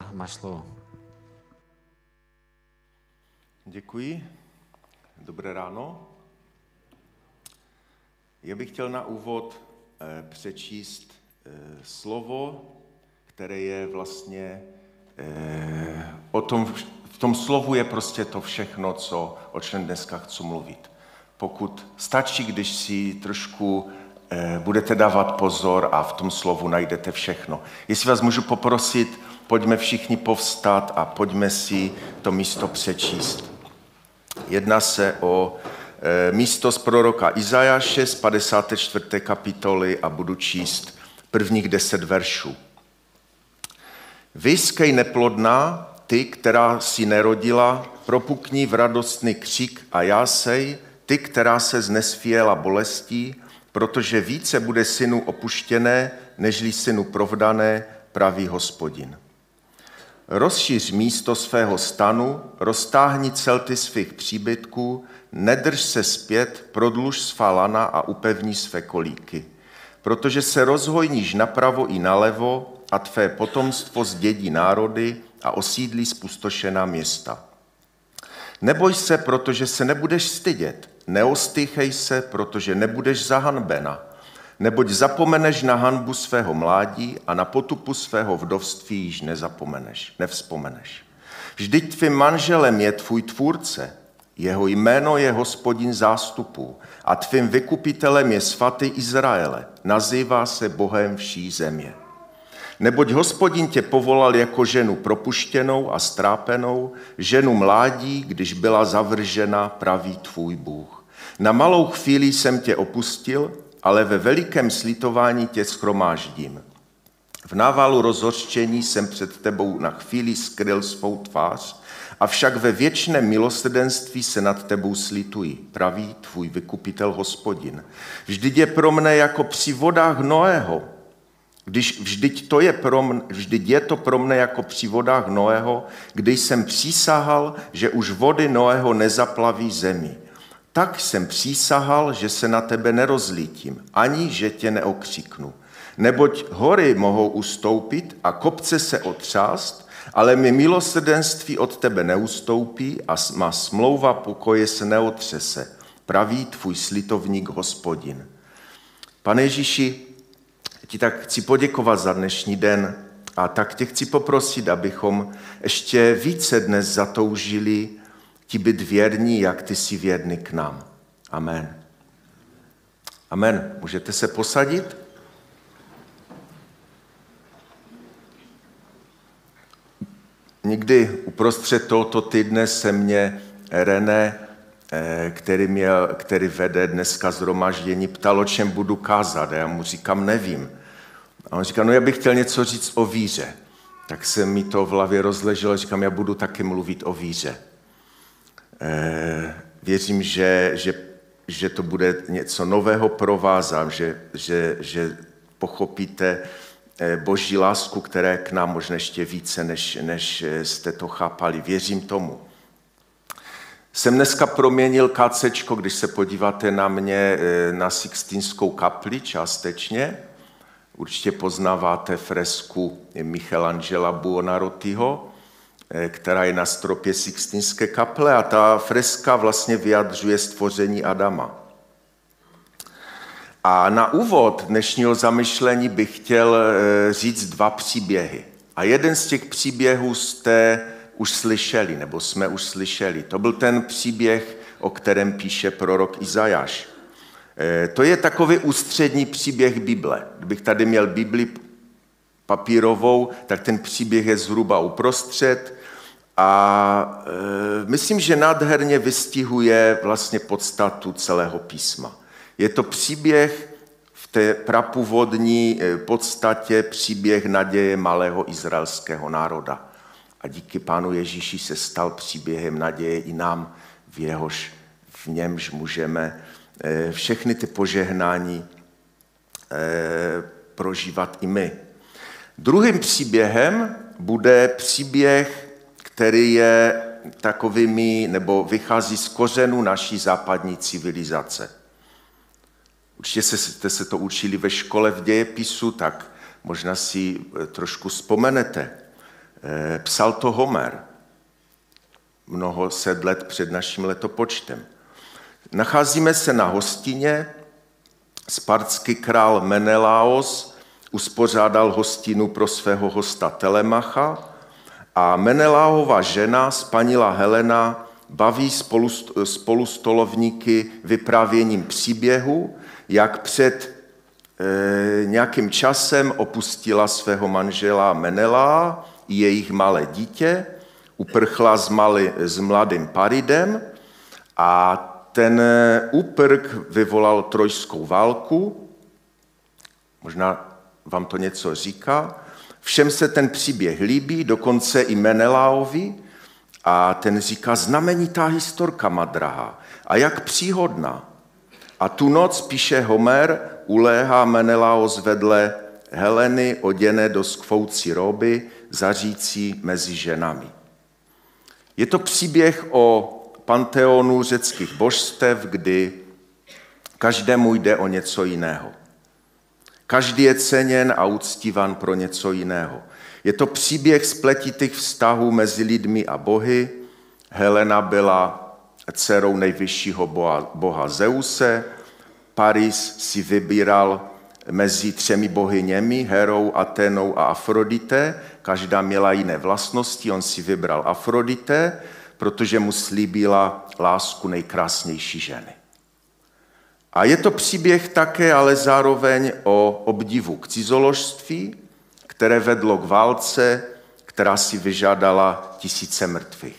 máš slovo. Děkuji. Dobré ráno. Já bych chtěl na úvod přečíst slovo, které je vlastně v tom slovu je prostě to všechno, o čem dneska chci mluvit. Pokud stačí, když si trošku budete dávat pozor a v tom slovu najdete všechno. Jestli vás můžu poprosit, pojďme všichni povstat a pojďme si to místo přečíst. Jedná se o místo z proroka Izajáše z 54. kapitoly a budu číst prvních 10 veršů. Vyskej neplodná, ty, která si nerodila, propukni v radostný křik a jásej, ty, která se znesvěla bolestí, protože více bude synu opuštěné, nežli synu provdané, pravý Hospodin. Rozšíř místo svého stanu, roztáhni celty svých příbytků, nedrž se zpět, prodluž svá lana a upevni své kolíky. Protože se rozhojníš napravo i nalevo a tvé potomstvo zdědí národy a osídlí spustošená města. Neboj se, protože se nebudeš stydět, neostýchej se, protože nebudeš zahanbena, neboť zapomeneš na hanbu svého mládí a na potupu svého vdovství již nevzpomeneš. Vždyť tvým manželem je tvůj tvůrce, jeho jméno je Hospodin zástupů a tvým vykupitelem je svatý Izraele, nazývá se Bohem vší země. Neboť Hospodin tě povolal jako ženu propuštěnou a strápenou, ženu mládí, když byla zavržena, praví tvůj Bůh. Na malou chvíli jsem tě opustil, ale ve velikém slitování tě shromáždím. V návalu rozhořčení jsem před tebou na chvíli skryl svou tvář, avšak ve věčném milosrdenství se nad tebou slituji, praví tvůj vykupitel Hospodin. Vždyť je pro mne jako při vodách Noého, vždyť je to pro mne jako při vodách Noého, když jsem přísahal, že už vody Noého nezaplaví zemi. Tak jsem přísahal, že se na tebe nerozlítím, ani že tě neokřiknu. Neboť hory mohou ustoupit a kopce se otřást, ale mi milosrdenství od tebe neustoupí a má smlouva pokoje se neotřese, praví tvůj slitovník Hospodin. Pane Ježíši, ti tak chci poděkovat za dnešní den a tak tě chci poprosit, abychom ještě více dnes zatoužili ti být věrní, jak ty jsi věrný k nám. Amen. Amen. Můžete se posadit? Někdy uprostřed tohoto týdne se mě René, který vede dneska shromáždění, ptal, o čem budu kázat. A já mu říkám, nevím. A on říká, já bych chtěl něco říct o víře. Tak se mi to v hlavě rozleželo, říkám, já budu taky mluvit o víře. Věřím, že to bude něco nového pro vás a že pochopíte Boží lásku, které k nám možná ještě více, než jste to chápali. Věřím tomu. Jsem dneska proměnil kácečko, když se podíváte na mě, na Sixtinskou kapli částečně. Určitě poznáváte fresku Michelangela Buonarrotiho, která je na stropě Sixtinské kaple a ta freska vlastně vyjadřuje stvoření Adama. A na úvod dnešního zamyšlení bych chtěl říct 2 příběhy. A jeden z těch příběhů jste už slyšeli, nebo jsme už slyšeli. To byl ten příběh, o kterém píše prorok Izajáš. To je takový ústřední příběh Bible. Kdybych tady měl Bibli papírovou, tak ten příběh je zhruba uprostřed a myslím, že nádherně vystihuje vlastně podstatu celého písma. Je to příběh v té prapůvodní podstatě příběh naděje malého izraelského národa. A díky Pánu Ježíši se stal příběhem naděje i nám, v němž můžeme všechny ty požehnání prožívat i my. Druhým příběhem bude příběh, který je takovými, nebo vychází z kořenů naší západní civilizace. Určitě jste se to učili ve škole v dějepisu, tak možná si trošku vzpomenete. Psal to Homer mnoho set let před naším letopočtem. Nacházíme se na hostině. Spartský král Menelaos uspořádal hostinu pro svého hosta Telemacha a Menelaova žena, spanilá Helena, baví spolustolovníky vyprávěním příběhu, jak před nějakým časem opustila svého manžela Menelaa i jejich malé dítě, uprchla s mladým Paridem a ten úprk vyvolal trojskou válku. Možná vám to něco říká. Všem se ten příběh líbí, dokonce i Menelaovi. A ten říká, znamenitá historka, má drahá. A jak příhodná. A tu noc, píše Homer, uléhá Menelaos vedle Heleny, oděné do skvoucí roby, zařící mezi ženami. Je to příběh o panteonu řeckých božstev, kdy každému jde o něco jiného. Každý je ceněn a uctívan pro něco jiného. Je to příběh spletitých vztahů mezi lidmi a bohy. Helena byla dcerou nejvyššího boha Zeuse. Paris si vybíral mezi 3 bohyněmi, Herou, Aténou a Afrodité. Každá měla jiné vlastnosti, on si vybral Afrodité, protože mu slíbila lásku nejkrásnější ženy. A je to příběh také, ale zároveň o obdivu k cizoložství, které vedlo k válce, která si vyžádala 1000 mrtvých.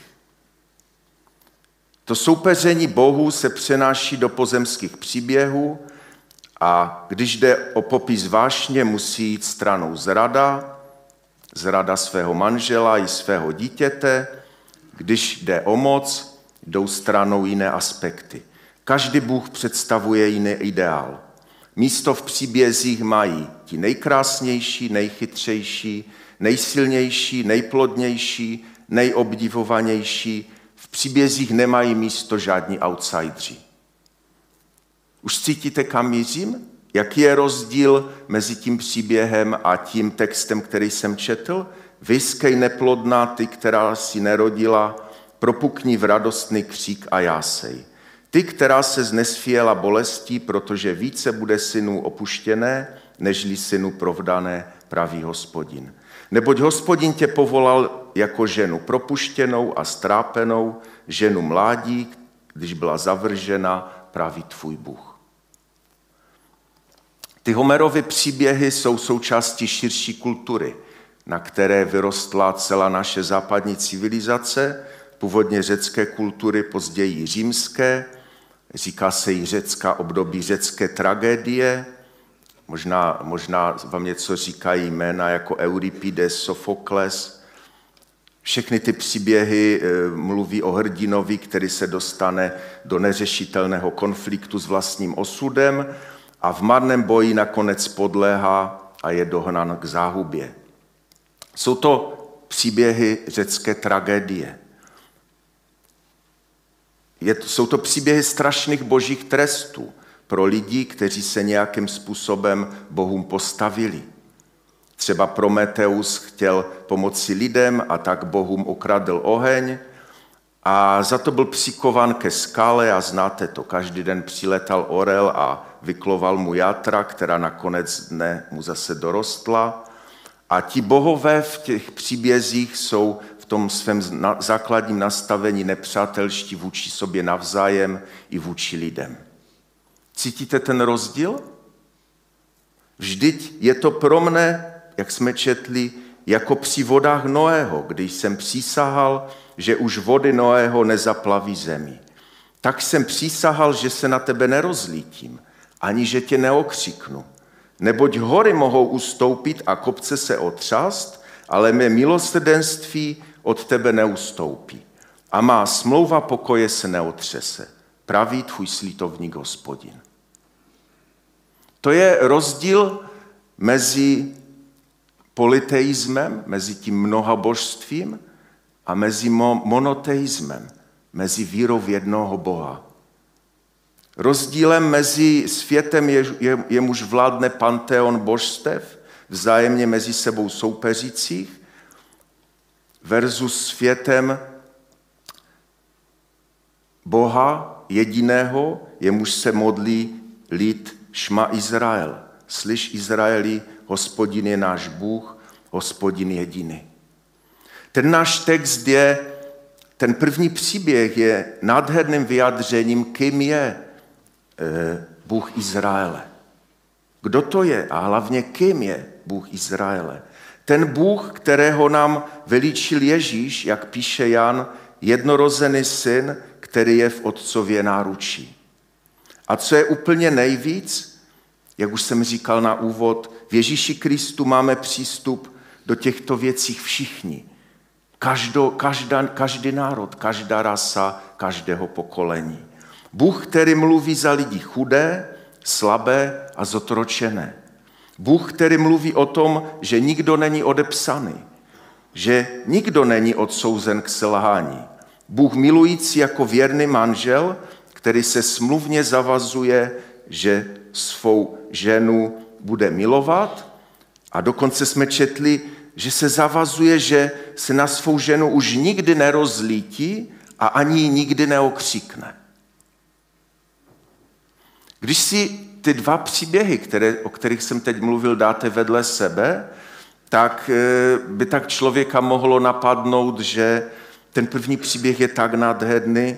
To soupeření bohů se přenáší do pozemských příběhů a když jde o popis vášně, musí jít stranou zrada svého manžela i svého dítěte. Když jde o moc, jdou stranou jiné aspekty. Každý bůh představuje jiný ideál. Místo v příbězích mají ti nejkrásnější, nejchytřejší, nejsilnější, nejplodnější, nejobdivovanější. V příbězích nemají místo žádní outsidři. Už cítíte, kam mířím? Jaký je rozdíl mezi tím příběhem a tím textem, který jsem četl? Vyskej neplodná, ty, která si nerodila, propukni v radostný křík a jásej. Ty, která se znesvěla bolestí, protože více bude synů opuštěné, nežli synu provdané, pravý Hospodin. Neboť Hospodin tě povolal jako ženu propuštěnou a strápenou, ženu mládí, když byla zavržena, pravý tvůj Bůh. Ty Homerovy příběhy jsou součástí širší kultury, na které vyrostla celá naše západní civilizace, původně řecké kultury, později římské, říká se jí řecká období řecké tragédie, možná vám něco říkají jména jako Euripides, Sofokles. Všechny ty příběhy mluví o hrdinovi, který se dostane do neřešitelného konfliktu s vlastním osudem a v marném boji nakonec podléhá a je dohnán k záhubě. Jsou to příběhy řecké tragédie. Jsou to příběhy strašných božích trestů pro lidi, kteří se nějakým způsobem bohům postavili. Třeba Prometeus chtěl pomoci lidem a tak bohům ukradl oheň a za to byl přikovan ke skále a znáte to, každý den přiletal orel a vykloval mu játra, která nakonec dne mu zase dorostla. A ti bohové v těch příbězích jsou v tom svém základním nastavení nepřátelští vůči sobě navzájem i vůči lidem. Cítíte ten rozdíl? Vždyť je to pro mne, jak jsme četli, jako při vodách Noého, když jsem přísahal, že už vody Noého nezaplaví zemi. Tak jsem přísahal, že se na tebe nerozlítím, ani že tě neokřiknu. Neboť hory mohou ustoupit a kopce se otřást, ale mé milosrdenství od tebe neustoupí. A má smlouva pokoje se neotřese. Praví tvůj slítovník Hospodin. To je rozdíl mezi polyteismem, mezi tím mnohabožstvím a mezi monoteismem, mezi vírou v jednoho Boha. Rozdílem mezi světem, jemuž vládne panteon božstev, vzájemně mezi sebou soupeřících, versus světem Boha jediného, jemuž se modlí lid Šma Izrael. Slyš Izraeli, Hospodin je náš Bůh, Hospodin jediný. Ten náš text ten první příběh je nádherným vyjádřením, kým je Bůh Izraele. Kdo to je a hlavně kým je Bůh Izraele? Ten Bůh, kterého nám veličil Ježíš, jak píše Jan, jednorozený syn, který je v otcově náručí. A co je úplně nejvíc, jak už jsem říkal na úvod, v Ježíši Kristu máme přístup do těchto věcí všichni. Každý národ, každá rasa, každého pokolení. Bůh, který mluví za lidi chudé, slabé a zotročené. Bůh, který mluví o tom, že nikdo není odepsaný, že nikdo není odsouzen k selhání. Bůh milující jako věrný manžel, který se smluvně zavazuje, že svou ženu bude milovat. A dokonce jsme četli, že se zavazuje, že se na svou ženu už nikdy nerozlítí a ani ji nikdy neokřikne. Když si ty dva příběhy, o kterých jsem teď mluvil, dáte vedle sebe, tak by tak člověka mohlo napadnout, že ten první příběh je tak nádherný,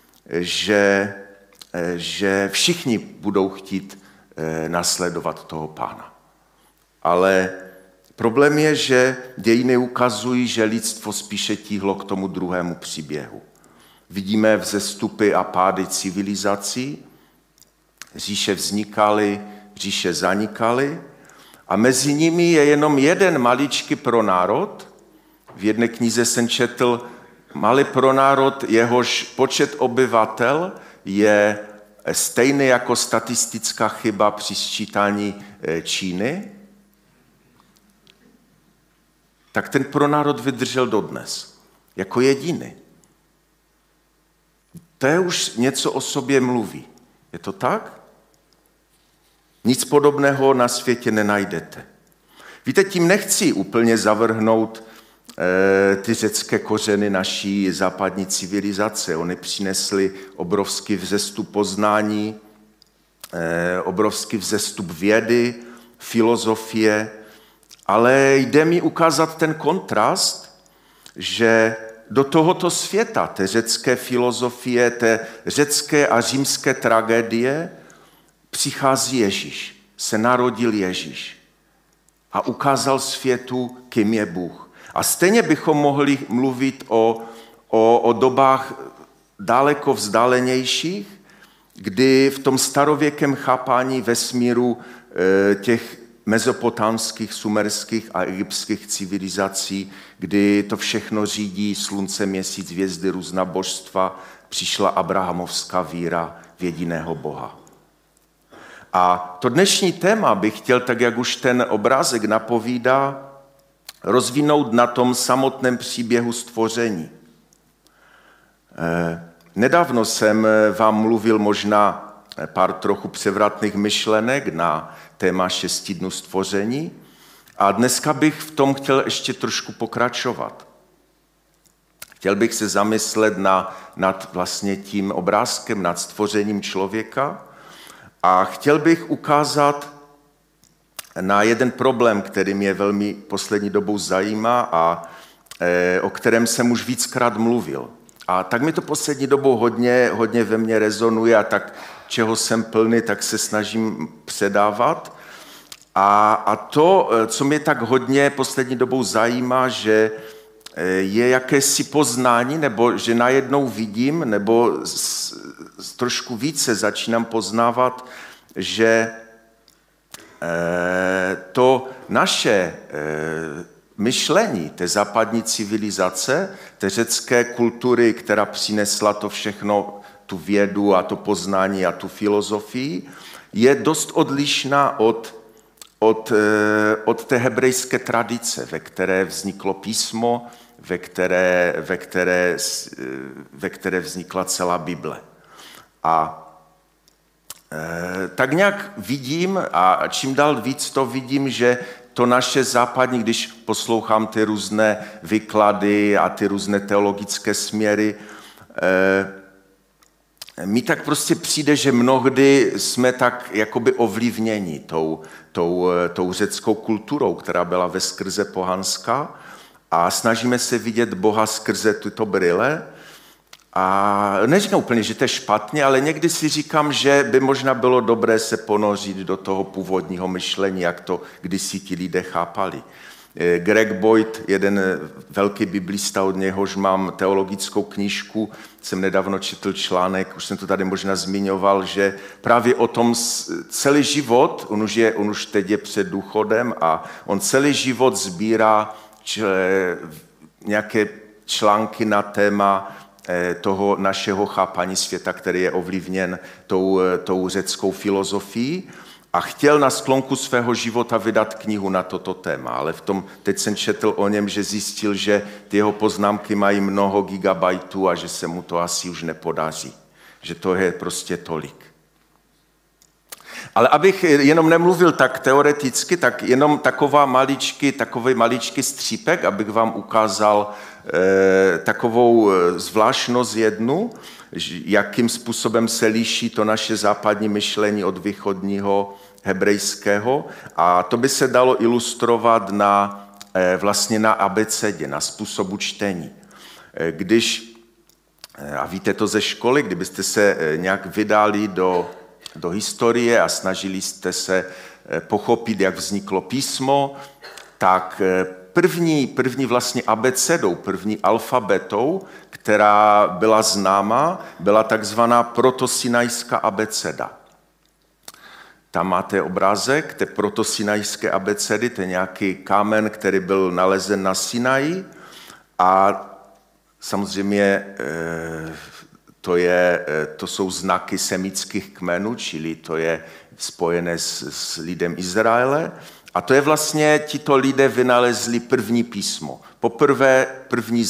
že všichni budou chtít následovat toho Pána. Ale problém je, že dějiny ukazují, že lidstvo spíše tíhlo k tomu druhému příběhu. Vidíme vzestupy a pády civilizací, říše vznikaly, říše zanikaly a mezi nimi je jenom jeden maličký pronárod. V jedné knize jsem četl malý pronárod, jehož počet obyvatel je stejný jako statistická chyba při sčítání Číny. Tak ten pronárod vydržel dodnes, jako jediný. To je už něco o sobě mluví. Je to tak? Nic podobného na světě nenajdete. Víte, tím nechci úplně zavrhnout ty řecké kořeny naší západní civilizace. Oni přinesli obrovský vzestup poznání, obrovský vzestup vědy, filozofie, ale jde mi ukázat ten kontrast, že do tohoto světa, té řecké filozofie, té řecké a římské tragédie, přichází Ježíš, se narodil Ježíš a ukázal světu, kým je Bůh. A stejně bychom mohli mluvit o dobách daleko vzdálenějších, kdy v tom starověkém chápání vesmíru těch mezopotámských, sumerských a egyptských civilizací, kdy to všechno řídí slunce, měsíc, hvězdy, různá božstva, přišla abrahamovská víra v jediného Boha. A to dnešní téma bych chtěl, tak jak už ten obrázek napovídá, rozvinout na tom samotném příběhu stvoření. Nedávno jsem vám mluvil možná pár trochu převratných myšlenek na téma 6 dnů stvoření a dneska bych v tom chtěl ještě trošku pokračovat. Chtěl bych se zamyslet nad vlastně tím obrázkem, nad stvořením člověka a chtěl bych ukázat na jeden problém, který mě velmi poslední dobou zajímá a o kterém jsem už víckrát mluvil. A tak mi to poslední dobou hodně ve mně rezonuje a tak, čeho jsem plný, tak se snažím předávat. A to, co mě tak hodně poslední dobou zajímá, že je jakési poznání, nebo že najednou vidím, nebo trošku více začínám poznávat, že to naše myšlení té západní civilizace, té řecké kultury, která přinesla to všechno, tu vědu a to poznání a tu filozofii, je dost odlišná od té hebrejské tradice, ve které vzniklo písmo, ve které vznikla celá Bible. A tak nějak vidím a čím dál víc to vidím, že to naše západní, když poslouchám ty různé výklady a ty různé teologické směry, mi tak prostě přijde, že mnohdy jsme tak jakoby ovlivněni tou řeckou kulturou, která byla veskrze pohanská, a snažíme se vidět Boha skrze tyto brýle. A neříkám úplně, že to je špatně, ale někdy si říkám, že by možná bylo dobré se ponořit do toho původního myšlení, jak to kdysi ti lidé chápali. Greg Boyd, jeden velký biblista, od něhož mám teologickou knížku, jsem nedávno četl článek, už jsem to tady možná zmiňoval, že právě o tom celý život, on už teď je před důchodem a on celý život sbírá nějaké články na téma toho našeho chápání světa, který je ovlivněn tou řeckou filozofií, a chtěl na sklonku svého života vydat knihu na toto téma, ale teď jsem četl o něm, že zjistil, že ty jeho poznámky mají mnoho gigabajtů a že se mu to asi už nepodaří, že to je prostě tolik. Ale abych jenom nemluvil tak teoreticky, tak jenom takový maličký střípek, abych vám ukázal takovou zvláštnost jednu, jakým způsobem se liší to naše západní myšlení od východního hebrejského. A to by se dalo ilustrovat vlastně na abecedě, na způsobu čtení. A víte to ze školy, kdybyste se nějak vydali do historie a snažili jste se pochopit, jak vzniklo písmo, tak první vlastně abecedou, první alfabetou, která byla známa, byla takzvaná protosinajská abeceda. Tam máte obrázek té protosinajské abecedy, to je nějaký kámen, který byl nalezen na Sinaji, a samozřejmě to jsou znaky semických kmenů, čili to je spojené s lidem Izraele. A to je vlastně, tito lidé vynalezli první písmo. Poprvé první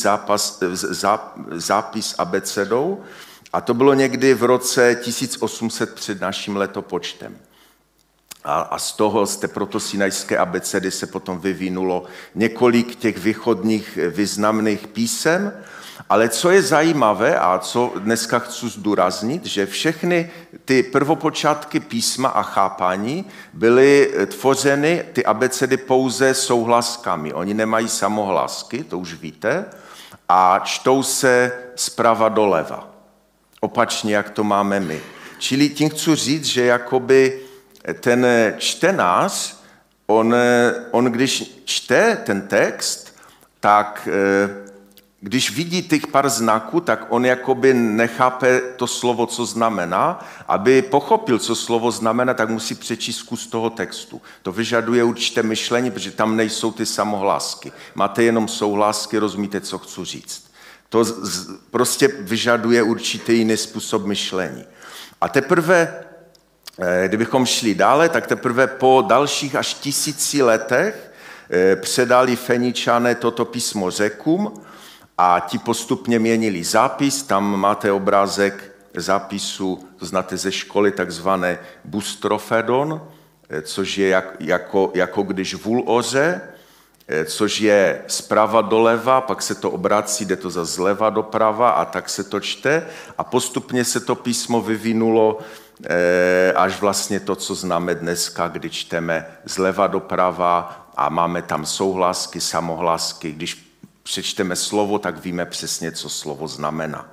zápis abecedou, a to bylo někdy v roce 1800 před naším letopočtem. A z té protosinajské abecedy se potom vyvinulo několik těch východních významných písem. Ale co je zajímavé a co dneska chci zdůraznit, že všechny ty prvopočátky písma a chápání byly tvořeny, ty abecedy, pouze souhlaskami. Oni nemají samohlásky, to už víte, a čtou se zprava doleva. Opačně, jak to máme my. Čili tím chci říct, že jakoby ten čtenář, on když čte ten text, tak když vidí těch pár znaků, tak on jakoby nechápe to slovo, co znamená. Aby pochopil, co slovo znamená, tak musí přečíst kus toho textu. To vyžaduje určité myšlení, protože tam nejsou ty samohlásky. Máte jenom souhlásky, rozumíte, co chci říct. To prostě vyžaduje určitý jiný způsob myšlení. A teprve, kdybychom šli dále, tak teprve po dalších až 1000 letech předali Feničané toto písmo Řekům, a ti postupně měnili zápis. Tam máte obrázek zápisu, to znáte ze školy, takzvané bustrofedon, což je jako když vůl oře, což je zprava doleva, pak se to obrací, jde to zleva doprava a tak se to čte. A postupně se to písmo vyvinulo až vlastně to, co známe dneska, kdy čteme zleva doprava a máme tam souhlásky, samohlásky. Když přečteme slovo, tak víme přesně, co slovo znamená.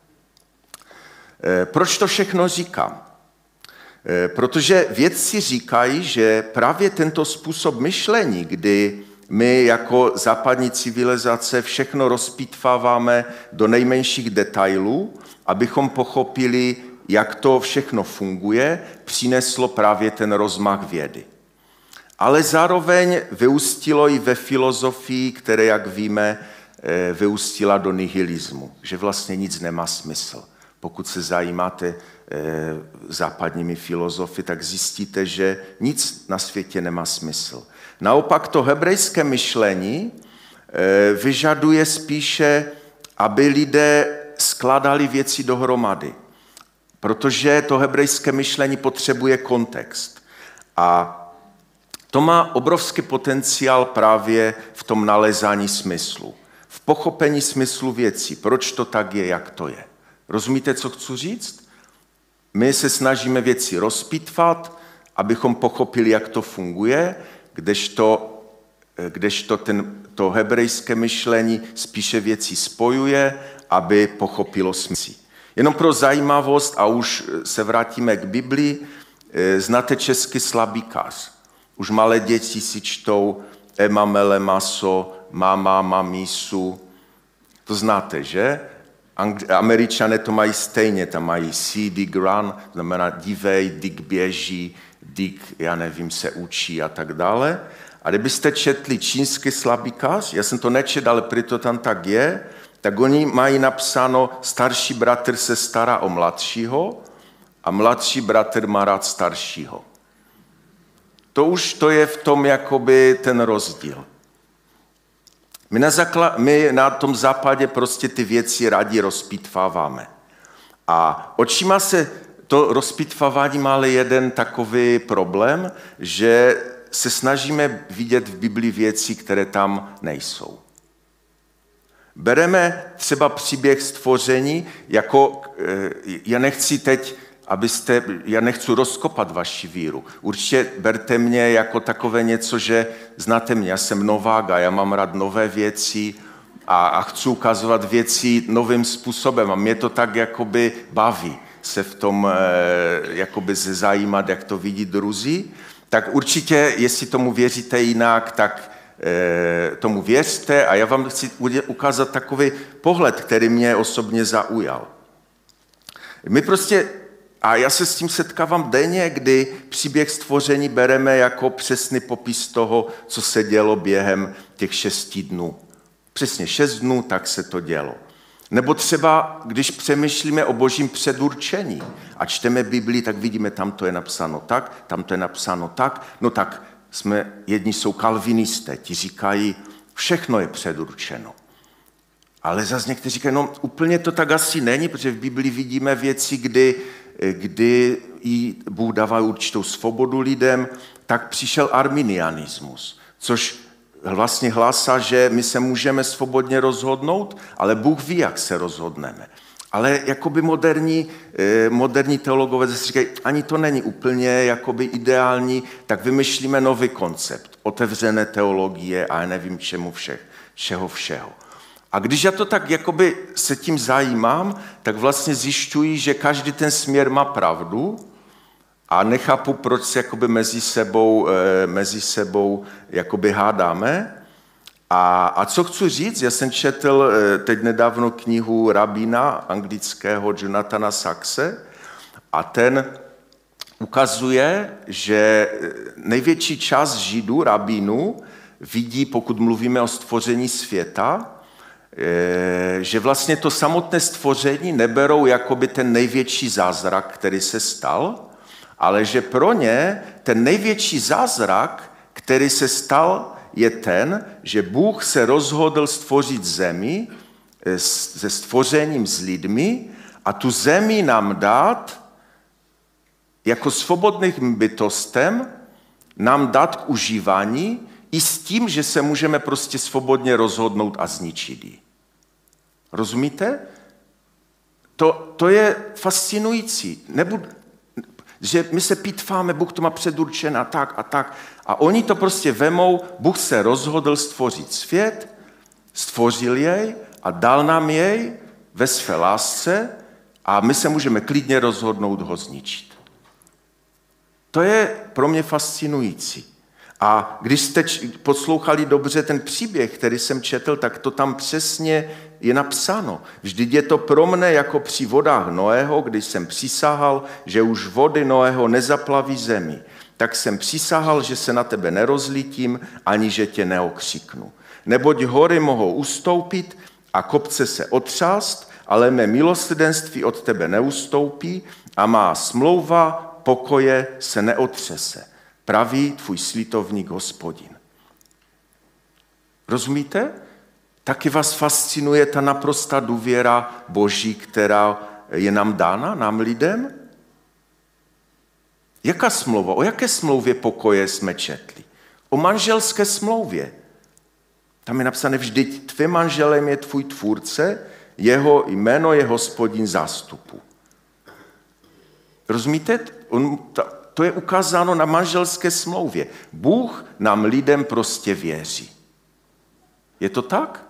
Proč to všechno říkám? Protože vědci říkají, že právě tento způsob myšlení, kdy my jako západní civilizace všechno rozpitváváme do nejmenších detailů, abychom pochopili, jak to všechno funguje, přineslo právě ten rozmach vědy. Ale zároveň vyústilo i ve filozofii, které, jak víme, vyústila do nihilismu, že vlastně nic nemá smysl. Pokud se zajímáte západními filozofy, tak zjistíte, že nic na světě nemá smysl. Naopak to hebrejské myšlení vyžaduje spíše, aby lidé skládali věci dohromady, protože to hebrejské myšlení potřebuje kontext. A To má obrovský potenciál právě v tom nalezání smyslu, v pochopení smyslu věcí, proč to tak je, jak to je. Rozumíte, co chci říct? My se snažíme věci rozpitvat, abychom pochopili, jak to funguje, kdežto to hebrejské myšlení spíše věci spojuje, aby pochopilo smysl. Jenom pro zajímavost, a už se vrátíme k Biblii, znáte český slabíkař. Už malé děti si čtou Ema mele maso, mama mamísu. To znáte, že? Američané to mají stejně, tam mají see, dig, run, znamená dívej, dig běží, dig, já nevím, se učí a tak dále. A kdybyste četli čínský slabíkař, já jsem to nečetl, ale prý to tam tak je, tak oni mají napsáno, starší bratr se stará o mladšího a mladší bratr má rád staršího. To je v tom jakoby ten rozdíl. My na tom západě prostě ty věci rádi rozpitváváme. A očima se to rozpitvávání má ale jeden takový problém, že se snažíme vidět v Biblii věci, které tam nejsou. Bereme třeba příběh stvoření, jako já nechci rozkopat vaši víru. Určitě berte mě jako takové něco, že znáte mě, já jsem novák a já mám rád nové věci a chci ukazovat věci novým způsobem a mě to tak jakoby baví se v tom jakoby zajímat, jak to vidí druzí. Tak určitě, jestli tomu věříte jinak, tak tomu věřte a já vám chci ukázat takový pohled, který mě osobně zaujal. A já se s tím setkávám denně, kdy příběh stvoření bereme jako přesný popis toho, co se dělo během těch 6 dnů. Přesně 6 dnů, tak se to dělo. Nebo třeba, když přemýšlíme o božím předurčení a čteme Biblii, tak vidíme, tam to je napsáno tak, tam to je napsáno tak, no tak jedni jsou kalvinisté, ti říkají, všechno je předurčeno. Ale zase někteří říkají, no úplně to tak asi není, protože v Biblii vidíme věci, kdy i Bůh dává určitou svobodu lidem, tak přišel arminianismus, což vlastně hlásá, že my se můžeme svobodně rozhodnout, ale Bůh ví, jak se rozhodneme. Ale jakoby moderní teologové zase říkají, ani to není úplně jakoby ideální, tak vymyšlíme nový koncept, otevřené teologie a já nevím čeho všeho. A když já to tak jakoby se tím zajímám, tak vlastně zjišťuji, že každý ten směr má pravdu a nechápu, proč se jakoby mezi sebou jakoby hádáme. A co chci říct, já jsem četl teď nedávno knihu rabína anglického Jonathana Saxe a ten ukazuje, že největší část Židů, rabínů, vidí, pokud mluvíme o stvoření světa, že vlastně to samotné stvoření neberou jakoby ten největší zázrak, který se stal, ale že pro ně ten největší zázrak, který se stal, je ten, že Bůh se rozhodl stvořit zemi se stvořením s lidmi a tu zemi nám dát jako svobodným bytostem, nám dát k užívání i s tím, že se můžeme prostě svobodně rozhodnout a zničit ji. Rozumíte? To je fascinující. Že my se pitváme, Bůh to má předurčen a tak a tak. A oni to prostě vemou, Bůh se rozhodl stvořit svět, stvořil jej a dal nám jej ve své lásce a my se můžeme klidně rozhodnout ho zničit. To je pro mě fascinující. A když jste poslouchali dobře ten příběh, který jsem četl, tak to tam přesně je napsáno. Vždyť je to pro mne jako při vodách Noého, když jsem přísahal, že už vody Noého nezaplaví zemi. Tak jsem přísahal, že se na tebe nerozlítím, ani že tě neokřiknu. Neboť hory mohou ustoupit a kopce se otřást, ale mé milosrdenství od tebe neustoupí a má smlouva pokoje se neotřese. Praví tvůj slitovník Hospodin. Rozumíte? Taky vás fascinuje ta naprostá důvěra Boží, která je nám dána, nám lidem? Jaká smlouva? O jaké smlouvě pokoje jsme četli? O manželské smlouvě. Tam je napsané vždyť tvým manželem je tvůj tvůrce, jeho jméno je Hospodin zástupu. Rozumíte? To je ukázáno na manželské smlouvě. Bůh nám lidem prostě věří. Je to tak?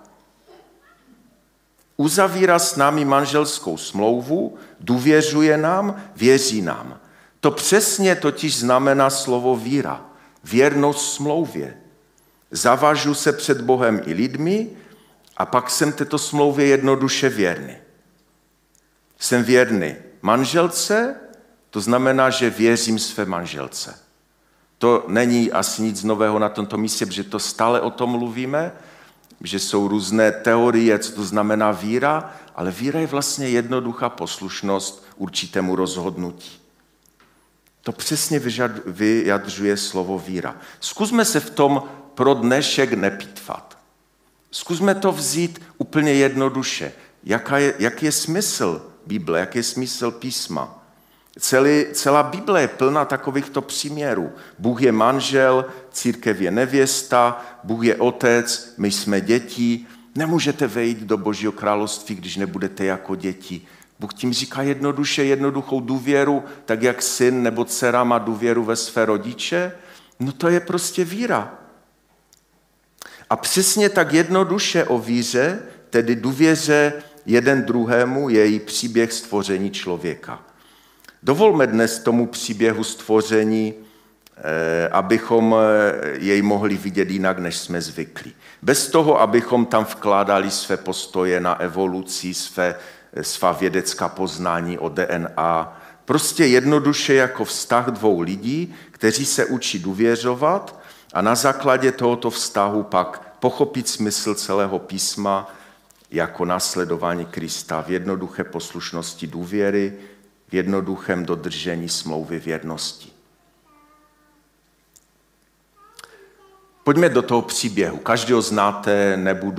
Uzavírá s námi manželskou smlouvu, důvěřuje nám, věří nám. To přesně totiž znamená slovo víra. Věrnost smlouvě. Zavažu se před Bohem i lidmi a pak jsem této smlouvě jednoduše věrný. Jsem věrný manželce, to znamená, že věřím své manželce. To není asi nic nového na tomto místě, protože to stále o tom mluvíme, že jsou různé teorie, co to znamená víra, ale víra je vlastně jednoduchá poslušnost určitému rozhodnutí. To přesně vyjadřuje slovo víra. Zkusme se v tom pro dnešek nepýtvat. Zkusme to vzít úplně jednoduše. Jaký je smysl Bible, jaký je smysl písma? Celá Bible je plná takovýchto příměrů. Bůh je manžel, církev je nevěsta, Bůh je otec, my jsme děti. Nemůžete vejít do Božího království, když nebudete jako děti. Bůh tím říká jednoduchou důvěru, tak jak syn nebo dcera má důvěru ve své rodiče. No to je prostě víra. A přesně tak jednoduše o víře, tedy důvěře jeden druhému, je i příběh stvoření člověka. Dovolme dnes tomu příběhu stvoření, abychom jej mohli vidět jinak, než jsme zvyklí. Bez toho, abychom tam vkládali své postoje na evoluci, svá vědecká poznání o DNA. Prostě jednoduše jako vztah dvou lidí, kteří se učí důvěřovat a na základě tohoto vztahu pak pochopit smysl celého písma jako následování Krista v jednoduché poslušnosti důvěry, v jednoduchém dodržení smlouvy věrnosti. Pojďme do toho příběhu. Každého znáte,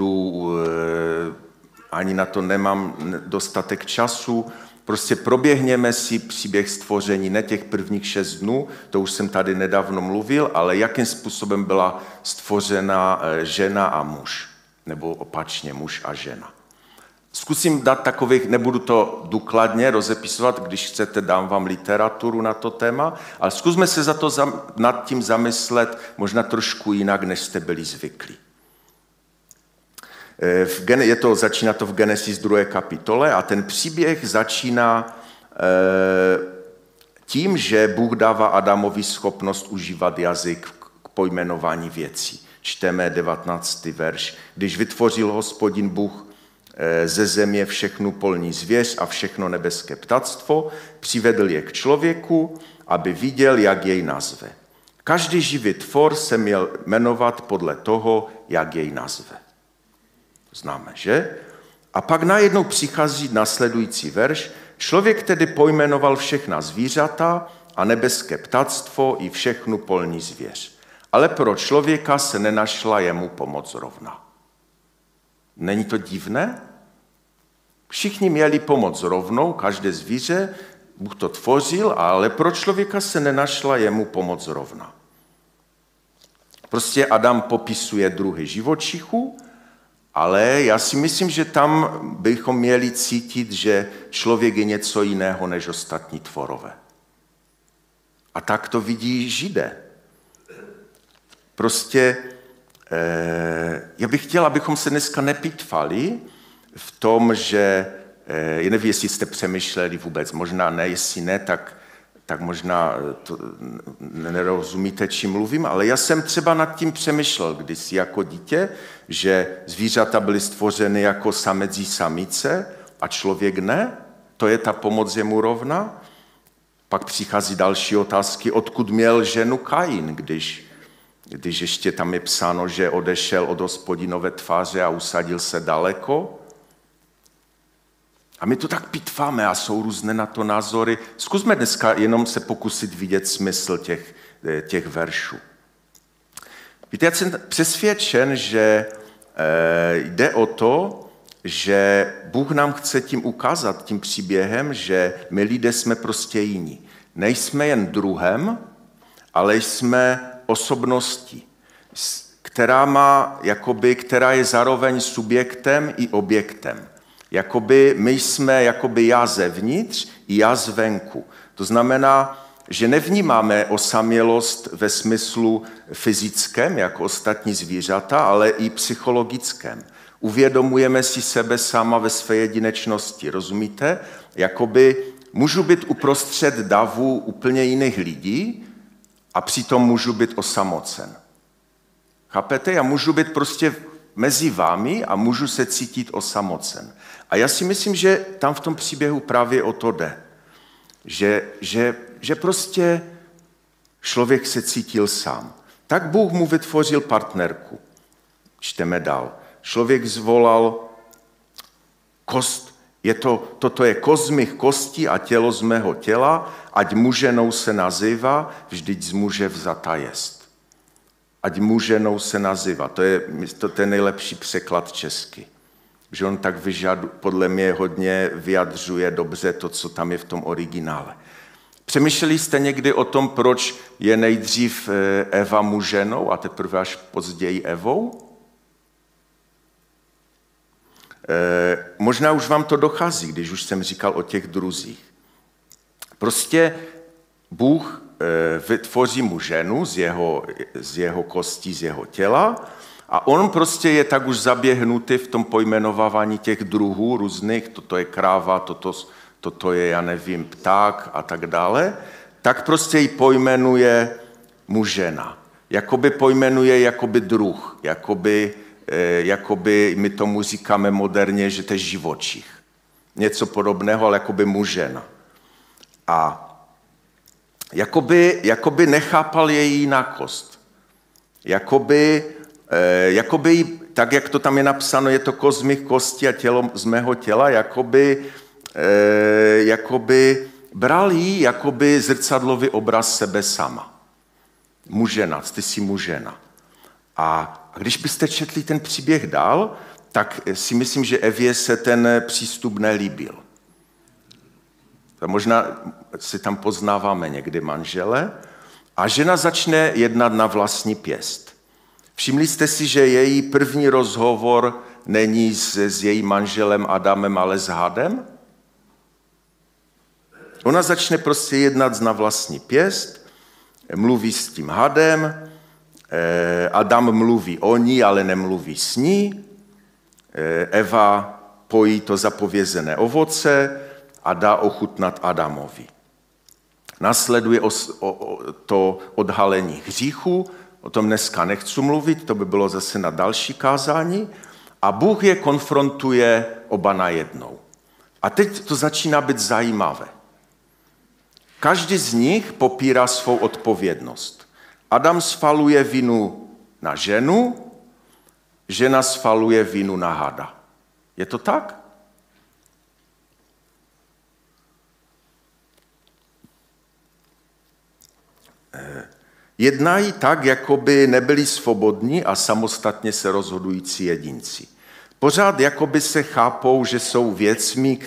ani na to nemám dostatek času. Prostě proběhněme si příběh stvoření, ne těch prvních 6 dnů, to už jsem tady nedávno mluvil, ale jakým způsobem byla stvořena žena a muž, nebo opačně muž a žena. Zkusím dát takových, nebudu to důkladně rozepisovat, když chcete, dám vám literaturu na to téma, ale zkusme se nad tím zamyslet možná trošku jinak, než jste byli zvyklí. Začíná to v Genesis 2. kapitole a ten příběh začíná tím, že Bůh dává Adamovi schopnost užívat jazyk k pojmenování věcí. Čteme 19. verš. Když vytvořil Hospodin Bůh ze země všechnu polní zvěř a všechno nebeské ptactvo, přivedl je k člověku, aby viděl, jak jej nazve. Každý živý tvor se měl jmenovat podle toho, jak jej nazve. Známe, že? A pak najednou přichází následující verš. Člověk tedy pojmenoval všechna zvířata a nebeské ptactvo i všechnu polní zvěř. Ale pro člověka se nenašla jemu pomoc rovna. Není to divné? Všichni měli pomoc rovnou, každé zvíře, Bůh to tvořil, ale pro člověka se nenašla jemu pomoc rovna. Prostě Adam popisuje druhy živočichů, ale já si myslím, že tam bychom měli cítit, že člověk je něco jiného než ostatní tvorové. A tak to vidí Židé. Prostě já bych chtěl, abychom se dneska nepýtvali v tom, že, já nevím, jestli jste přemýšleli vůbec, možná ne, jestli ne, tak možná to nerozumíte, čím mluvím, ale já jsem třeba nad tím přemýšlel kdysi jako dítě, že zvířata byly stvořeny jako samec i samice a člověk ne, to je ta pomoc jemu rovna. Pak přichází další otázky, odkud měl ženu Kain, když ještě tam je psáno, že odešel od Hospodinové tváře a usadil se daleko. A my to tak pitváme a jsou různé na to názory. Zkusme dneska jenom se pokusit vidět smysl těch veršů. Víte, já jsem přesvědčen, že jde o to, že Bůh nám chce tím ukázat, tím příběhem, že my lidé jsme prostě jiní. Nejsme jen druhem, ale jsme osobností. která je zároveň subjektem i objektem. My jsme já zevnitř i já zvenku. To znamená, že nevnímáme osamělost ve smyslu fyzickém, jako ostatní zvířata, ale i psychologickém. Uvědomujeme si sebe sama ve své jedinečnosti, rozumíte? Můžu být uprostřed davu úplně jiných lidí a přitom můžu být osamocen. Chápete? Já můžu být prostě mezi vámi a můžu se cítit osamocen. A já si myslím, že tam v tom příběhu právě o to jde. Že prostě člověk se cítil sám. Tak Bůh mu vytvořil partnerku. Čteme dál. Člověk zvolal kost. Toto je kost z mých kostí a tělo z mého těla, ať muženou se nazývá, vždyť z muže vzata jest. Ať muženou se nazývá. To je nejlepší překlad česky. Že on tak podle mě hodně vyjadřuje dobře to, co tam je v tom originále. Přemýšleli jste někdy o tom, proč je nejdřív Eva muženou a teprve až později Evou? Možná už vám to dochází, když už jsem říkal o těch druzích. Prostě Bůh vytvoří mu ženu z jeho kostí, z jeho těla a on prostě je tak už zaběhnutý v tom pojmenovávání těch druhů různých, toto je kráva, toto je, já nevím, pták a tak dále, tak prostě ji pojmenuje mu žena. Pojmenuje druh, my tomu říkáme moderně, že to je živočich. Něco podobného, ale mu žena. A nechápal její jinakost. Tak, jak to tam je napsáno, je to kost z mých kostí a tělo z mého těla, bral jí zrcadlový obraz sebe sama. Mužena, ty jsi mužena. A když byste četli ten příběh dál, tak si myslím, že Evě se ten přístup nelíbil. Možná si tam poznáváme někdy manžele a žena začne jednat na vlastní pěst. Všimli jste si, že její první rozhovor není s jejím manželem Adamem, ale s hadem? Ona začne prostě jednat na vlastní pěst, mluví s tím hadem, Adam mluví o ní, ale nemluví s ní, Eva pojí to zapovězené ovoce a dá ochutnat Adamovi. Následuje to odhalení hříchu, o tom dneska nechci mluvit, to by bylo zase na další kázání, a Bůh je konfrontuje oba najednou. A teď to začíná být zajímavé. Každý z nich popírá svou odpovědnost. Adam svaluje vinu na ženu, žena svaluje vinu na hada. Je to tak? Jednají tak, jako by nebyli svobodní a samostatně se rozhodující jedinci. Pořád jakoby se chápou, že jsou věcmi,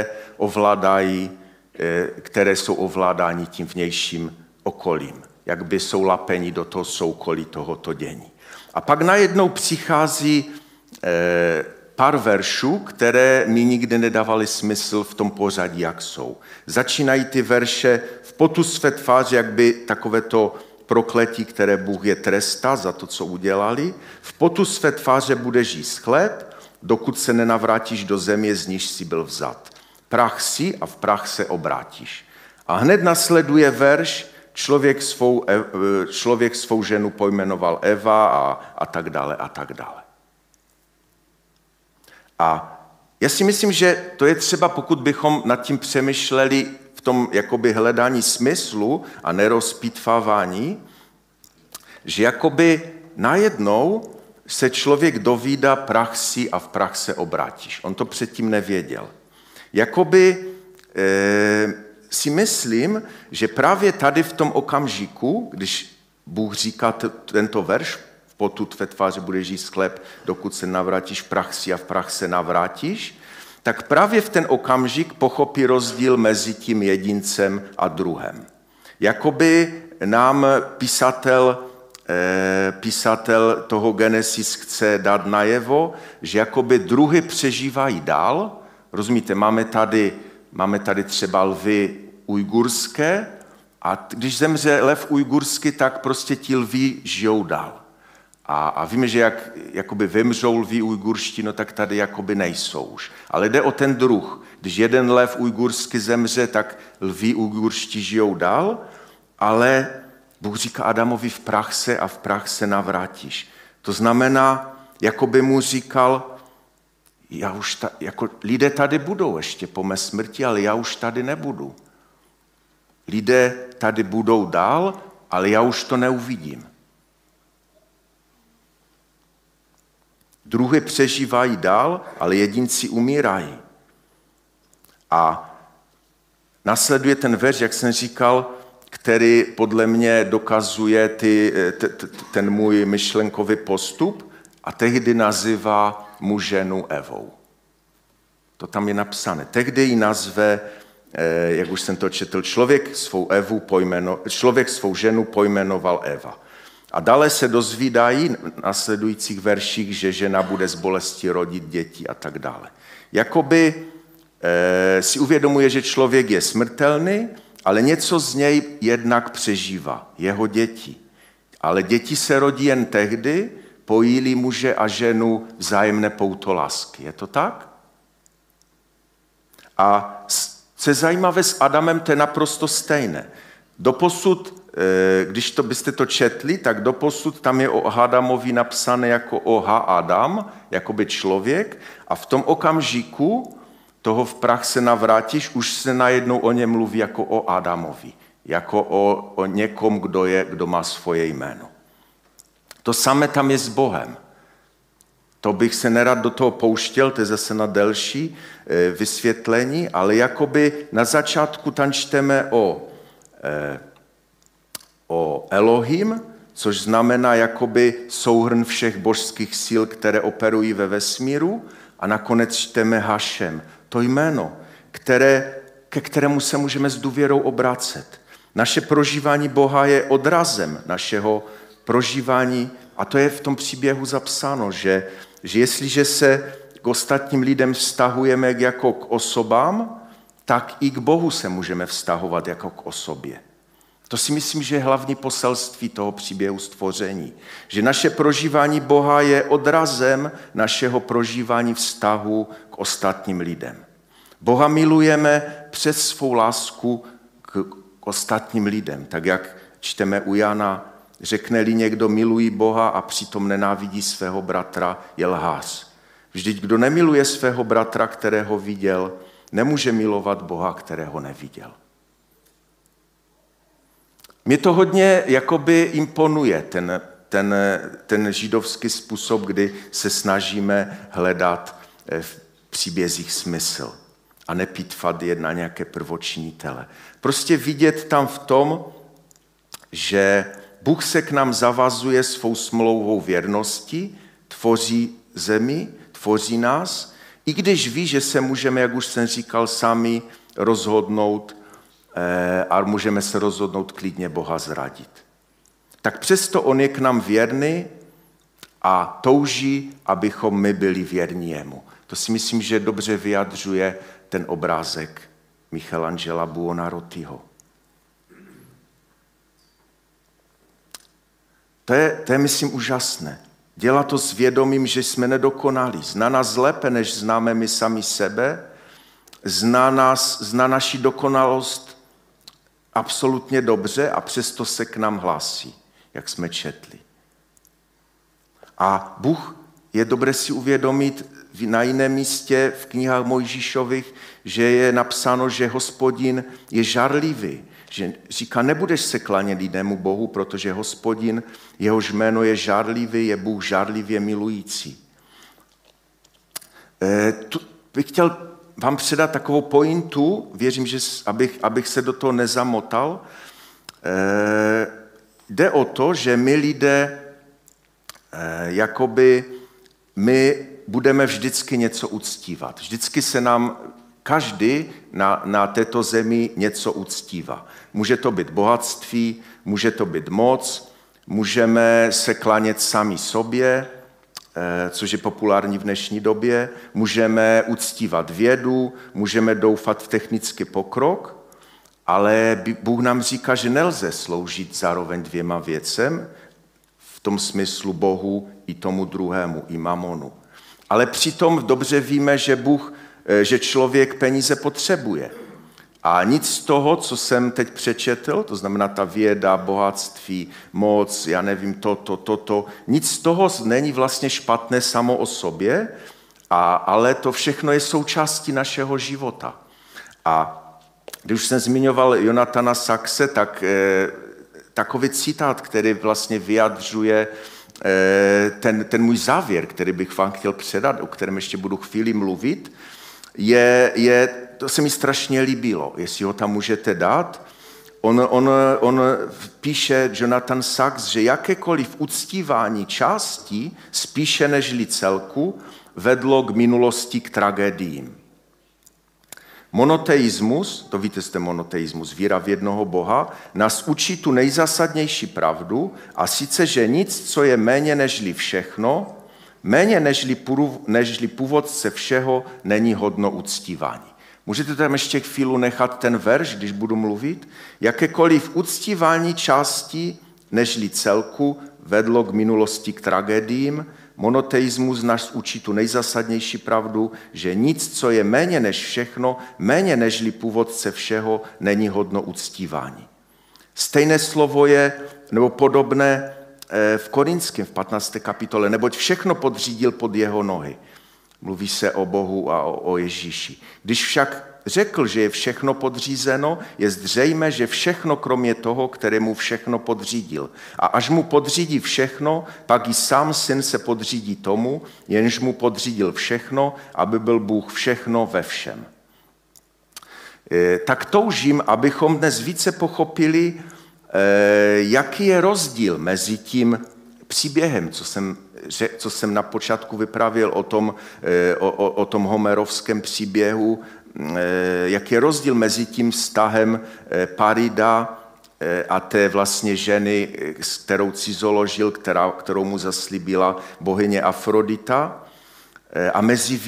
které jsou ovládáni tím vnějším okolím. Jak by jsou lapeni do toho soukolí tohoto dění. A pak najednou přichází pár veršů, které mi nikdy nedávaly smysl v tom pořadí, jak jsou. Začínají ty verše v potu své tváře, jak by takovéto prokletí, které Bůh je trestá za to, co udělali. V potu své tváře budeš jíst chléb, dokud se nenavrátíš do země, z níž jsi byl vzat. Prach si a v prach se obrátíš. A hned nasleduje verš, člověk svou ženu pojmenoval Eva a tak dále a tak dále. A já si myslím, že to je třeba, pokud bychom nad tím přemýšleli v tom jakoby hledání smyslu a nerozpitvávání, že jakoby najednou se člověk dovídá prach si a v prach se obrátíš. On to předtím nevěděl. Jakoby si myslím, že právě tady v tom okamžiku, když Bůh říká tento verš, v potu tvé tváře budeš jíst chléb, dokud se navrátíš, prach si a v prach se navrátíš, tak právě v ten okamžik pochopí rozdíl mezi tím jedincem a druhem. Jakoby nám písatel písatel toho Genesis chce dát najevo, že jakoby druhy přežívají dál. Rozumíte, máme tady třeba lvy ujgurské a když zemře lev ujgursky, tak prostě ti lví žijou dál. A víme, že jak jakoby vymřou lví ujgurští, no tak tady jakoby nejsou už. Ale jde o ten druh. Když jeden lev ujgursky zemře, tak lví ujgurští žijou dál, ale Bůh říká Adamovi v prach se a v prach se navrátíš. To znamená, jako by mu říkal, lidé tady budou ještě po mé smrti, ale já už tady nebudu. Lidé tady budou dál, ale já už to neuvidím. Druhy přežívají dál, ale jedinci umírají. A následuje ten verš, jak jsem říkal, který podle mě dokazuje ten můj myšlenkový postup a tehdy nazývá mu ženu Evou. To tam je napsané. Tehdy ji nazve, jak už jsem to četl, člověk svou ženu pojmenoval Eva. A dále se dozvídají v následujících verších, že žena bude z bolesti rodit děti a tak dále. Jakoby si uvědomuje, že člověk je smrtelný, ale něco z něj jednak přežívá, jeho děti. Ale děti se rodí jen tehdy, pojí-li muže a ženu vzájemné pouto lásky. Je to tak? A co je zajímavé s Adamem, to je naprosto stejné. Doposud, když byste to četli, tak doposud tam je o Adamovi napsané jako o Adam, jakoby člověk, a v tom okamžiku toho v prach se navrátíš, už se najednou o něm mluví jako o Adamovi, jako o někom, kdo má svoje jméno. To samé tam je s Bohem. To bych se nerad do toho pouštěl, to je zase na delší vysvětlení, ale jakoby na začátku tam čteme o Elohim, což znamená jakoby souhrn všech božských sil, které operují ve vesmíru, a nakonec čteme Hašem, to jméno, ke kterému se můžeme s důvěrou obracet. Naše prožívání Boha je odrazem našeho prožívání, a to je v tom příběhu zapsáno, že jestliže se k ostatním lidem vztahujeme jako k osobám, tak i k Bohu se můžeme vztahovat jako k osobě. To si myslím, že je hlavní poselství toho příběhu stvoření. Že naše prožívání Boha je odrazem našeho prožívání vztahu k ostatním lidem. Boha milujeme přes svou lásku k ostatním lidem. Tak jak čteme u Jana, řekne-li někdo milují Boha a přitom nenávidí svého bratra, je lhář. Vždyť kdo nemiluje svého bratra, kterého viděl, nemůže milovat Boha, kterého neviděl. Mě to hodně jakoby imponuje, ten židovský způsob, kdy se snažíme hledat v příbězích smysl a nepítvat je na nějaké prvočinitele. Prostě vidět tam v tom, že Bůh se k nám zavazuje svou smlouvou věrnosti, tvoří zemi, tvoří nás, i když ví, že se můžeme, jak už jsem říkal, sami rozhodnout a můžeme se rozhodnout klidně Boha zradit. Tak přesto on je k nám věrný a touží, abychom my byli věrní jemu. To si myslím, že dobře vyjadřuje ten obrázek Michelangela Buonarrotiho. To je, myslím, úžasné. Dělá to s vědomím, že jsme nedokonalí. Zná nás lépe, než známe my sami sebe. Zná naši dokonalost absolutně dobře a přesto se k nám hlásí, jak jsme četli. A Bůh je dobré si uvědomit na jiném místě v knihách Mojžíšových, že je napsáno, že Hospodin je žárlivý. Že říká, nebudeš se klanět jinému Bohu, protože Hospodin, jehož jméno je žárlivý, je Bůh žárlivě milující. Bych chtěl vám předat takovou pointu, věřím, že abych se do toho nezamotal. Jde o to, že my lidé, jakoby my budeme vždycky něco uctívat. Vždycky se nám každý na této zemi něco uctívá. Může to být bohatství, může to být moc, můžeme se klanět sami sobě, což je populární v dnešní době, můžeme uctívat vědu, můžeme doufat v technický pokrok, ale Bůh nám říká, že nelze sloužit zároveň dvěma věcem, v tom smyslu Bohu i tomu druhému, i mamonu. Ale přitom dobře víme, že člověk peníze potřebuje. A nic z toho, co jsem teď přečetl, to znamená ta věda, bohatství, moc, já nevím, toto, nic z toho není vlastně špatné samo o sobě, ale to všechno je součástí našeho života. A když už jsem zmiňoval Jonathana Saxe, tak takový citát, který vlastně vyjadřuje ten můj závěr, který bych vám chtěl předat, o kterém ještě budu chvíli mluvit, to se mi strašně líbilo, jestli ho tam můžete dát. On píše, Jonathan Sacks, že jakékoliv uctívání části spíše nežli celku vedlo k minulosti k tragédiím. Monoteismus, to víte, jste monoteismus, víra v jednoho Boha, nás učí tu nejzásadnější pravdu, a sice, že nic, co je méně nežli všechno, méně nežli původce všeho, není hodno uctívání. Můžete tam ještě chvíli nechat ten verš, když budu mluvit? Jakékoliv uctívání části nežli celku vedlo k minulosti k tragédiím. Monoteismus nás učí tu nejzásadnější pravdu, že nic, co je méně než všechno, méně nežli původce všeho, není hodno uctívání. Stejné slovo je, nebo podobné v Korinském, v 15. kapitole, neboť všechno podřídil pod jeho nohy. Mluví se o Bohu a o Ježíši. Když však řekl, že je všechno podřízeno, je zřejmé, že všechno kromě toho, kterému všechno podřídil. A až mu podřídí všechno, pak i sám syn se podřídí tomu, jenž mu podřídil všechno, aby byl Bůh všechno ve všem. Tak toužím, abychom dnes více pochopili, jaký je rozdíl mezi tím příběhem, co jsem na počátku vyprávěl o tom homerovském příběhu, jaký je rozdíl mezi tím vztahem Parida a té vlastně ženy, s kterou cizoložil, kterou mu zaslíbila bohyně Afrodita, a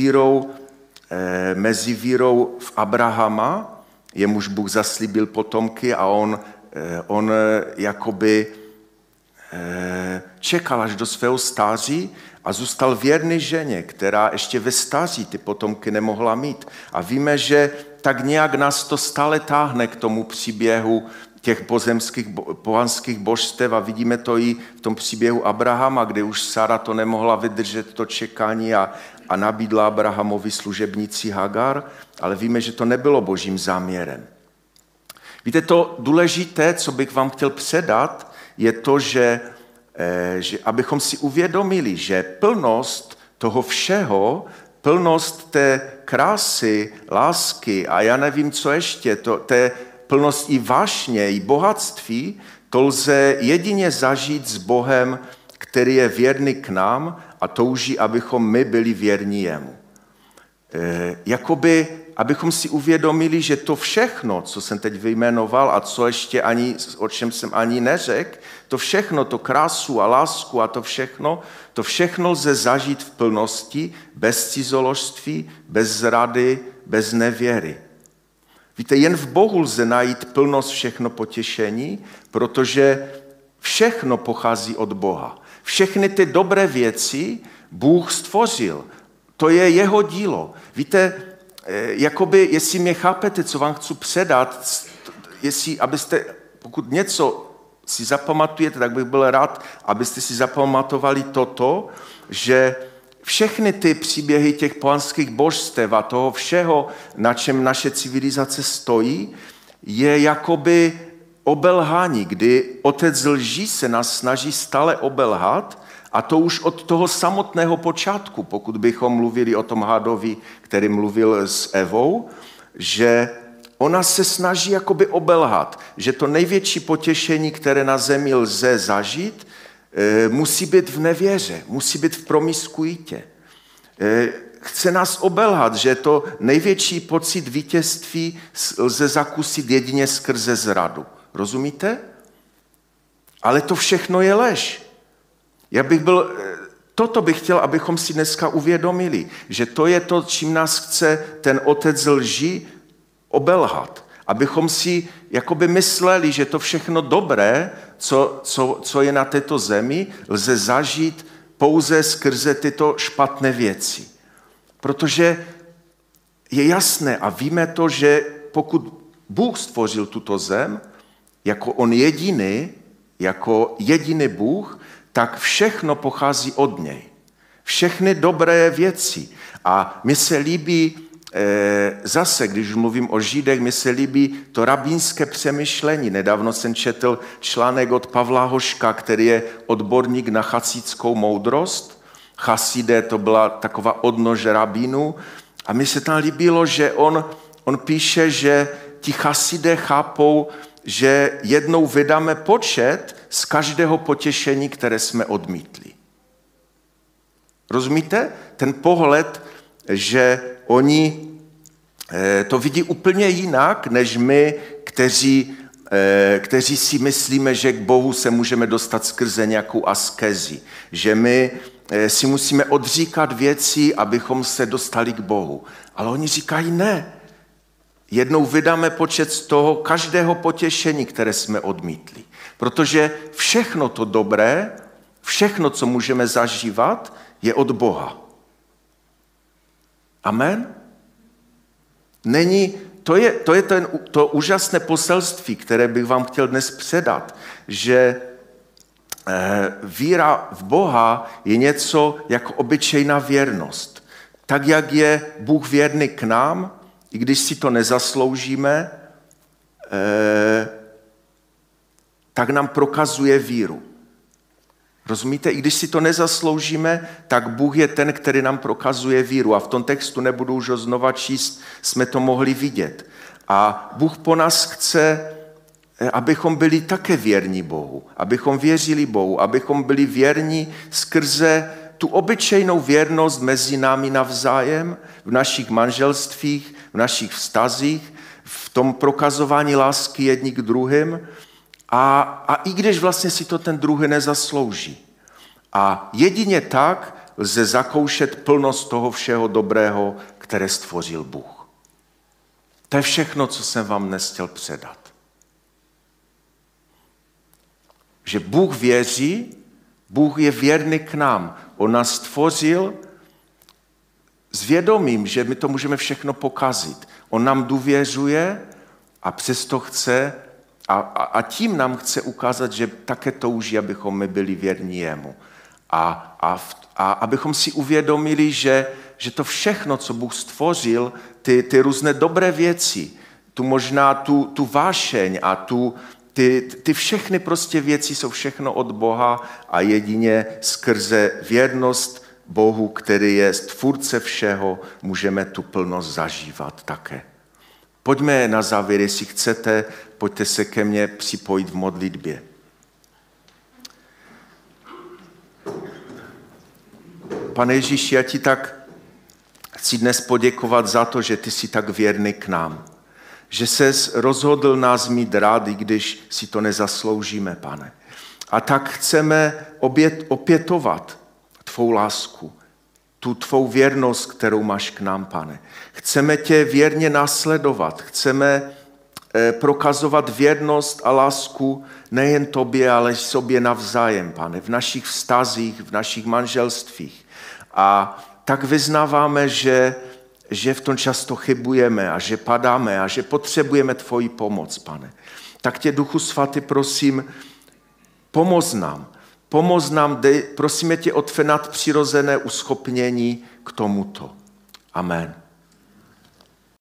mezi vírou v Abrahama, jemuž Bůh zaslíbil potomky, a on jakoby čekal až do svého stáří a zůstal věrný ženě, která ještě ve stáří ty potomky nemohla mít. A víme, že tak nějak nás to stále táhne k tomu příběhu těch pozemských pohanských božstev, a vidíme to i v tom příběhu Abrahama, kdy už Sara to nemohla vydržet, to čekání, a nabídla Abrahamovi služebnici Hagar, ale víme, že to nebylo božím záměrem. Víte, to důležité, co bych vám chtěl předat, je to, že abychom si uvědomili, že plnost toho všeho, plnost té krásy, lásky a já nevím, co ještě, té plnost i vášně, i bohatství, to lze jedině zažít s Bohem, který je věrný k nám a touží, abychom my byli věrní jemu. Abychom si uvědomili, že to všechno, co jsem teď vyjmenoval a co ještě o čem jsem ani neřekl, to všechno, to krásu a lásku a to všechno lze zažít v plnosti, bez cizoložství, bez zrady, bez nevěry. Víte, jen v Bohu lze najít plnost všechno potěšení, protože všechno pochází od Boha. Všechny ty dobré věci Bůh stvořil. To je jeho dílo. Víte, jestli mě chápete, co vám chci předat, pokud něco si zapamatujete, tak bych byl rád, abyste si zapamatovali toto, že všechny ty příběhy těch pohanských božstev a toho všeho, na čem naše civilizace stojí, je jakoby obelhání, kdy otec lží se nás snaží stále obelhat, a to už od toho samotného počátku, pokud bychom mluvili o tom hadovi, který mluvil s Evou, že ona se snaží jakoby obelhat, že to největší potěšení, které na zemi lze zažít, musí být v nevěře, musí být v promiskuitě. Chce nás obelhat, že to největší pocit vítězství lze zakusit jedině skrze zradu. Rozumíte? Ale to všechno je lež. Toto bych chtěl, abychom si dneska uvědomili, že to je to, čím nás chce ten otec lži obelhat. Abychom si jakoby mysleli, že to všechno dobré, co je na této zemi, lze zažít pouze skrze tyto špatné věci. Protože je jasné a víme to, že pokud Bůh stvořil tuto zem, jako on jako jediný Bůh, tak všechno pochází od něj. Všechny dobré věci. A mi se líbí, zase, když mluvím o Židech, mi se líbí to rabínské přemýšlení. Nedávno jsem četl článek od Pavla Hoška, který je odborník na chasídskou moudrost. Chasidé, to byla taková odnož rabínů. A mi se tam líbilo, že on píše, že ti chasidé chápou, že jednou vydáme počet z každého potěšení, které jsme odmítli. Rozumíte? Ten pohled, že oni to vidí úplně jinak, než my, kteří si myslíme, že k Bohu se můžeme dostat skrze nějakou askezi. Že my si musíme odříkat věci, abychom se dostali k Bohu. Ale oni říkají ne. Jednou vydáme počet z toho každého potěšení, které jsme odmítli. Protože všechno to dobré, všechno, co můžeme zažívat, je od Boha. Amen? To je to úžasné poselství, které bych vám chtěl dnes předat, že víra v Boha je něco jako obyčejná věrnost. Tak, jak je Bůh věrný k nám, i když si to nezasloužíme, tak nám prokazuje víru. Rozumíte? I když si to nezasloužíme, tak Bůh je ten, který nám prokazuje víru. A v tom textu nebudu už ho znova číst, jsme to mohli vidět. A Bůh po nás chce, abychom byli také věrní Bohu, abychom věřili Bohu, abychom byli věrní skrze tu obyčejnou věrnost mezi námi navzájem, v našich manželstvích, v našich vztazích, v tom prokazování lásky jedni k druhým, a i když vlastně si to ten druhý nezaslouží. A jedině tak lze zakoušet plnost toho všeho dobrého, které stvořil Bůh. To je všechno, co jsem vám dnes chtěl předat. Že Bůh věří, Bůh je věrný k nám. On nás stvořil s vědomím, že my to můžeme všechno pokazit. On nám důvěřuje a přesto chce a tím nám chce ukázat, že také touží, abychom my byli věrní jemu. A abychom si uvědomili, že to všechno, co Bůh stvořil, ty různé dobré věci, možná tu vášeň a ty všechny prostě věci jsou všechno od Boha a jedině skrze věrnost Bohu, který je tvůrce všeho, můžeme tu plnost zažívat také. Pojďme na závěr, jestli chcete, pojďte se ke mně připojit v modlitbě. Pane Ježíši, já ti tak chci dnes poděkovat za to, že ty jsi tak věrný k nám. Že ses rozhodl nás mít rád, i když si to nezasloužíme, Pane. A tak chceme opětovat tvou lásku, tu tvou věrnost, kterou máš k nám, Pane. Chceme tě věrně následovat, chceme prokazovat věrnost a lásku nejen tobě, ale sobě navzájem, Pane, v našich vztazích, v našich manželstvích. A tak vyznáváme, že v tom často chybujeme a že padáme a že potřebujeme tvoji pomoc, Pane. Tak tě, Duchu Svatý, prosím, pomoz nám, prosíme tě o tvé nadpřirozené uschopnění k tomuto. Amen.